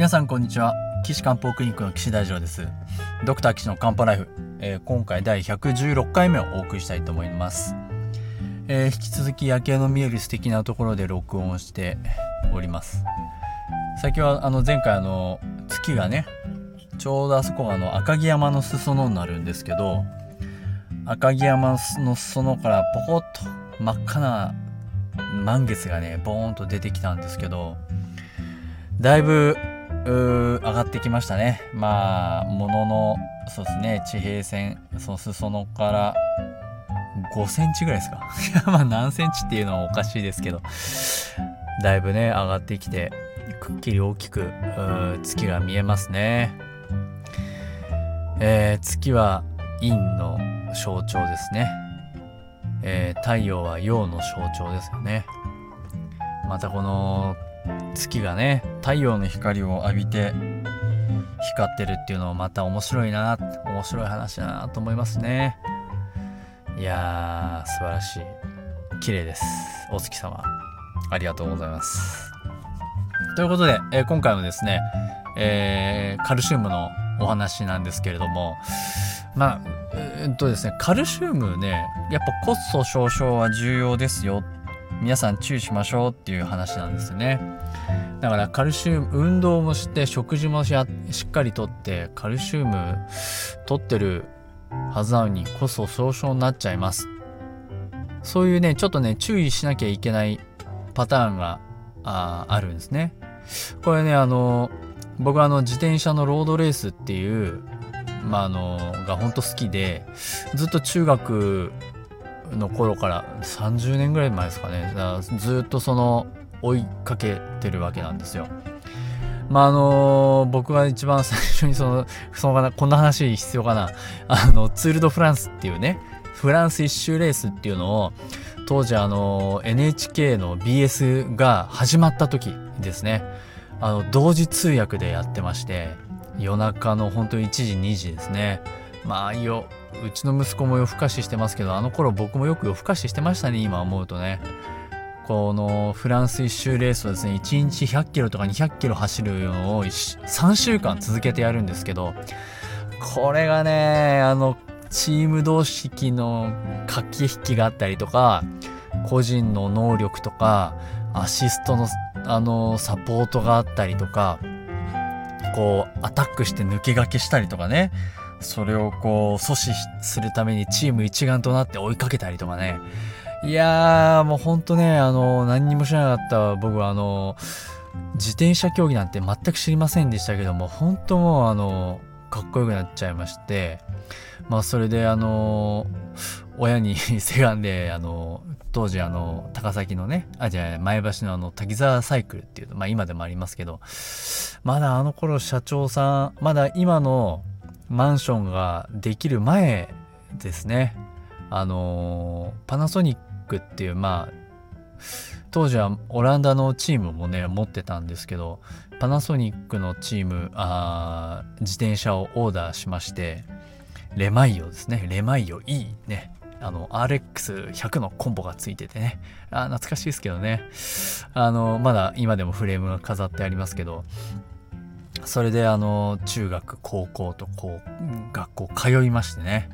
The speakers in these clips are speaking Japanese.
皆さんこんにちは。岸漢方クリニックの岸大二郎です。ドクター岸の漢方ライフ、今回第116回目をお送りしたいと思います。引き続き夜景の見える素敵なところで録音しております。先は前回月がね、ちょうどあそこが赤城山の裾野になるんですけど、赤城山の裾野からポコッと真っ赤な満月がねボーンと出てきたんですけど、だいぶ上がってきましたね。もののそうですね、地平線その裾野から5センチぐらいですか何センチっていうのはおかしいですけど、だいぶね上がってきてくっきり大きく月が見えますね。月は陰の象徴ですね。太陽は陽の象徴ですよね。またこの月がね太陽の光を浴びて光ってるっていうのもまた面白い話だなと思いますね。いやー素晴らしい、綺麗です。お月様ありがとうございます。ということで、今回もですね、カルシウムのお話なんですけれども、ですね、カルシウムね、やっぱ骨粗しょう症は重要ですよ、皆さん注意しましょうっていう話なんですよね。だからカルシウム、運動もして食事もしっかりとってカルシウム取ってるはずなのに骨粗しょう症になっちゃいます。そういうねちょっとね注意しなきゃいけないパターンがあるんですね。これね僕は自転車のロードレースっていうが本当好きで、ずっと中学の頃から30年ぐらい前ですかね、ずっと追いかけてるわけなんですよ。僕が一番最初にこんな話必要かな、ツール・ド・フランスっていうね、フランス一周レースっていうのを当時NHK の BS が始まった時ですね、同時通訳でやってまして、夜中の本当に1時2時ですね。うちの息子も夜更かししてますけど、あの頃僕もよく夜更かししてましたね、今思うとね。このフランス一周レースはですね、1日100キロとか200キロ走るのを3週間続けてやるんですけど、これがねチーム同士の駆け引きがあったりとか、個人の能力とかアシストのサポートがあったりとか、こうアタックして抜け駆けしたりとかね、それをこう阻止するためにチーム一丸となって追いかけたりとかね。いやーもうほんとね何にも知らなかった僕は自転車競技なんて全く知りませんでしたけども、本当もうかっこよくなっちゃいまして、それで親にせがんで当時高崎のね前橋の滝沢サイクルっていう今でもありますけど、まだ頃社長さんまだ今のマンションができる前ですね。パナソニックっていう当時はオランダのチームもね持ってたんですけど、パナソニックのチーム自転車をオーダーしまして、レマイオですね、レマイオ E ね、RX100 のコンボがついててね、懐かしいですけどね、まだ今でもフレームが飾ってありますけど、それで中学高校と学校通いましてね、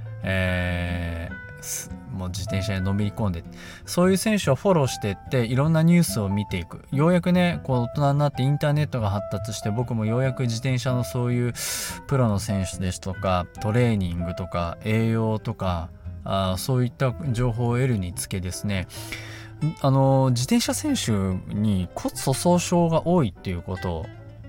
もう自転車にのめり込んで、そういう選手をフォローしてっていろんなニュースを見ていく。ようやくね大人になってインターネットが発達して、僕もようやく自転車のそういうプロの選手ですとかトレーニングとか栄養とかそういった情報を得るにつけですね、自転車選手に骨粗鬆症が多いっていうこと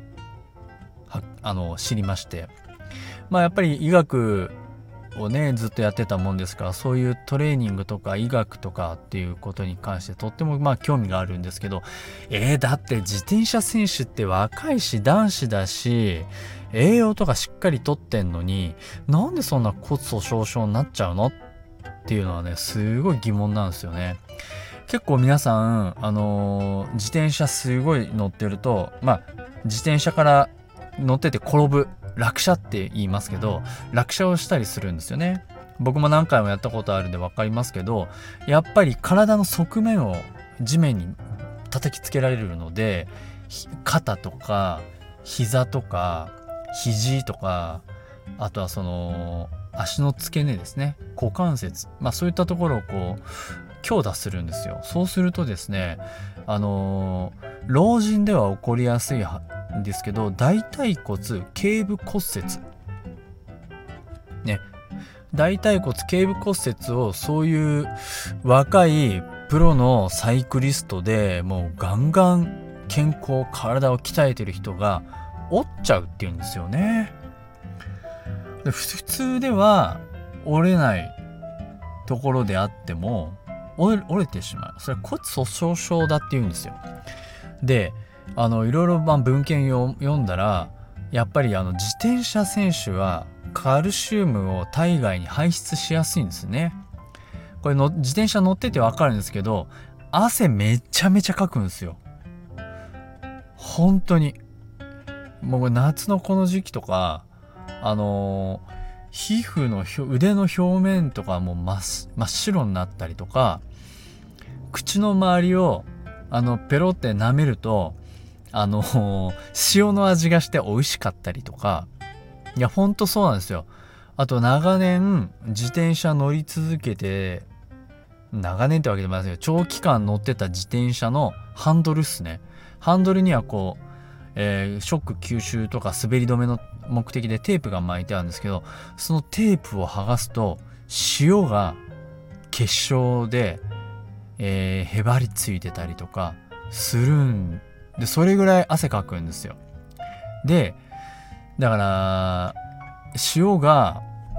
を知りまして、やっぱり医学をねずっとやってたもんですから、そういうトレーニングとか医学とかっていうことに関してとっても興味があるんですけど、だって自転車選手って若いし男子だし栄養とかしっかりとってんのに、なんでそんな骨粗しょう症になっちゃうのっていうのはねすごい疑問なんですよね。結構皆さん自転車すごい乗ってると自転車から乗ってて転ぶ、落車って言いますけど、落車をしたりするんですよね。僕も何回もやったことあるんで分かりますけど、やっぱり体の側面を地面に叩きつけられるので、肩とか膝とか肘とか、あとはその足の付け根ですね、股関節、そういったところをこう強打するんですよ。そうするとですね、老人では起こりやすいんですけど、大腿骨頸部骨折ね、大腿骨頸部骨折をそういう若いプロのサイクリストでもうガンガン健康、体を鍛えてる人が折っちゃうっていうんですよね。で普通では折れないところであっても折れてしまう。それは骨粗しょう症だっていうんですよ。でいろいろ文献を読んだら、やっぱり自転車選手はカルシウムを体外に排出しやすいんですね。これ自転車乗ってて分かるんですけど、汗めちゃめちゃかくんですよ。本当にもう夏のこの時期とか皮膚の腕の表面とかも真っ白になったりとか、口の周りをペロって舐めると塩の味がして美味しかったりとか、いやほんとそうなんですよ。あと長年自転車乗り続けて、長年ってわけでもないですけど、長期間乗ってた自転車のハンドルっすね。ハンドルにはこう、ショック吸収とか滑り止めの目的でテープが巻いてあるんですけど、そのテープを剥がすと塩が結晶で、へばりついてたりとかするんで、それぐらい汗かくんですよ。でだから塩が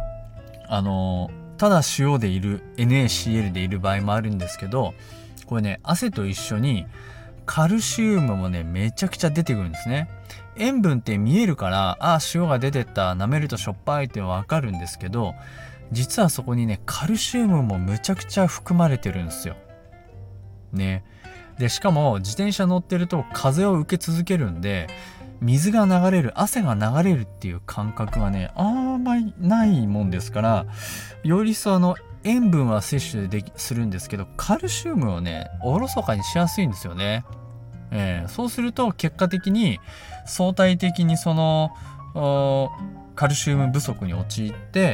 ただ塩でいる NaCl でいる場合もあるんですけど、これね汗と一緒にカルシウムもねめちゃくちゃ出てくるんですね。塩分って見えるから、塩が出てった、舐めるとしょっぱいってわかるんですけど、実はそこにねカルシウムもむちゃくちゃ含まれてるんですよね。でしかも自転車乗ってると風を受け続けるんで、水が流れる、汗が流れるっていう感覚がねあんまりないもんですから、より塩分は摂取するんですけど、カルシウムをねおろそかにしやすいんですよね。そうすると結果的に相対的にカルシウム不足に陥って、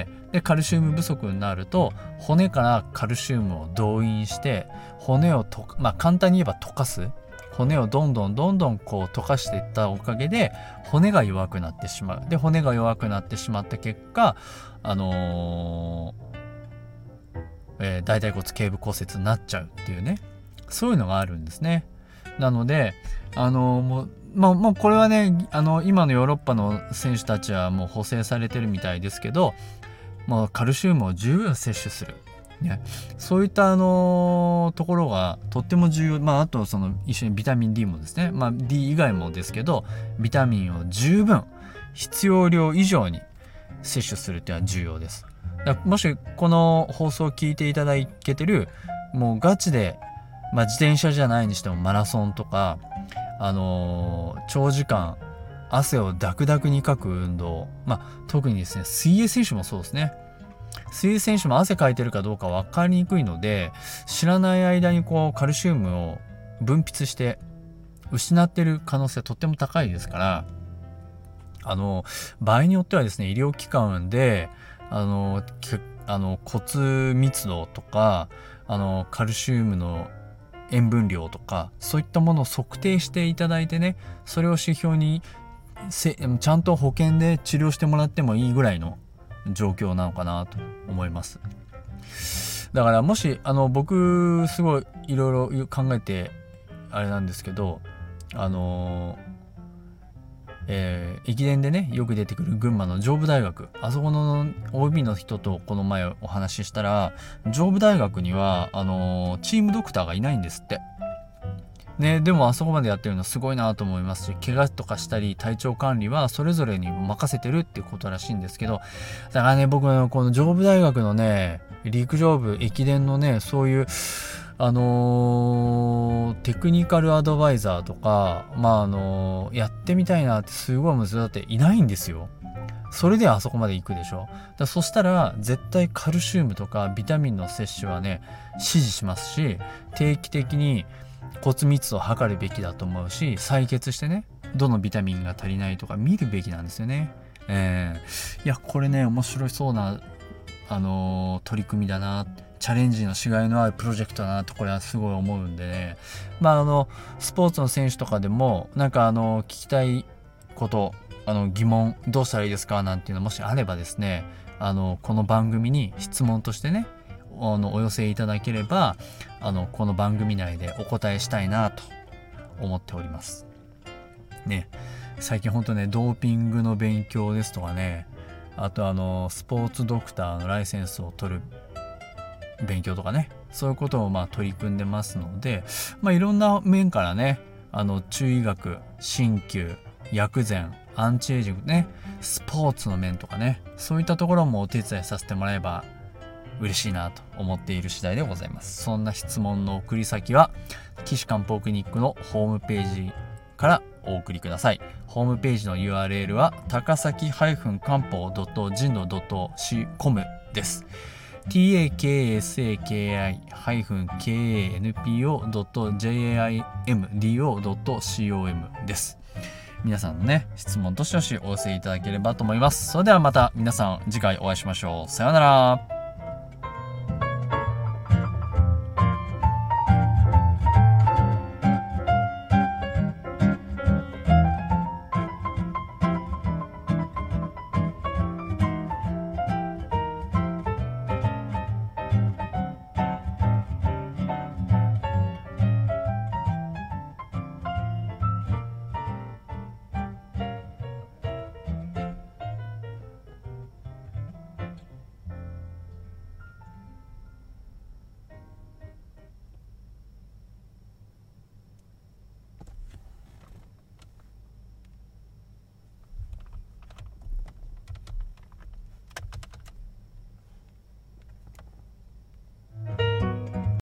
でカルシウム不足になると骨からカルシウムを動員して骨を簡単に言えば溶かす、骨をどんどんこう溶かしていったおかげで骨が弱くなってしまう。で骨が弱くなってしまった結果大腿骨頸部骨折になっちゃうっていうね、そういうのがあるんですね。なのでもうこれはね今のヨーロッパの選手たちはもう補正されてるみたいですけど、カルシウムを十分摂取する、ね、そういったところがとっても重要。あと一緒にビタミン D もですね、D 以外もですけどビタミンを十分必要量以上に摂取するっていうのは重要です。もしこの放送を聞いていただけてるもうガチで自転車じゃないにしてもマラソンとか長時間汗をダクダクにかく運動、特にですね水泳選手もそうですね。水泳選手も汗かいてるかどうか分かりにくいので、知らない間にカルシウムを分泌して失ってる可能性はとっても高いですから、場合によってはですね医療機関で骨密度とかカルシウムの塩分量とかそういったものを測定していただいてね、それを指標にちゃんと保険で治療してもらってもいいぐらいの状況なのかなと思います。だからもし僕すごいいろいろ考えてあれなんですけど、駅伝でねよく出てくる群馬の上武大学、あそこの OB の人とこの前お話ししたら、上武大学にはチームドクターがいないんですってね。でもあそこまでやってるのすごいなと思いますし、怪我とかしたり体調管理はそれぞれに任せてるっていうことらしいんですけど、だからね僕この上武大学のね陸上部駅伝のねそういうテクニカルアドバイザーとかやってみたいなってすごい難しい。だっていないんですよ。それであそこまで行くでしょ。そしたら絶対カルシウムとかビタミンの摂取はね指示しますし、定期的に骨密度を測るべきだと思うし、採血してねどのビタミンが足りないとか見るべきなんですよね。いやこれね面白そうな取り組みだな、チャレンジのしがいのあるプロジェクトだなとこれはすごい思うんでね。スポーツの選手とかでもなんか聞きたいこと疑問どうしたらいいですかなんていうのもしあればですね、この番組に質問としてねお寄せいただければこの番組内でお答えしたいなと思っておりますね。最近ほんとねドーピングの勉強ですとかね、あとスポーツドクターのライセンスを取る勉強とかね、そういうことを取り組んでますので、いろんな面からね中医学、鍼灸、薬膳、アンチエイジングね、スポーツの面とかね、そういったところもお手伝いさせてもらえば嬉しいなと思っている次第でございます。そんな質問の送り先は岸漢方クリニックのホームページからお送りください。ホームページの URL は高崎漢方人道.com です。takasaki-kanpo.jimdo.com です。皆さんのね質問どしどしお寄せいただければと思います。それではまた皆さん次回お会いしましょう。さようなら。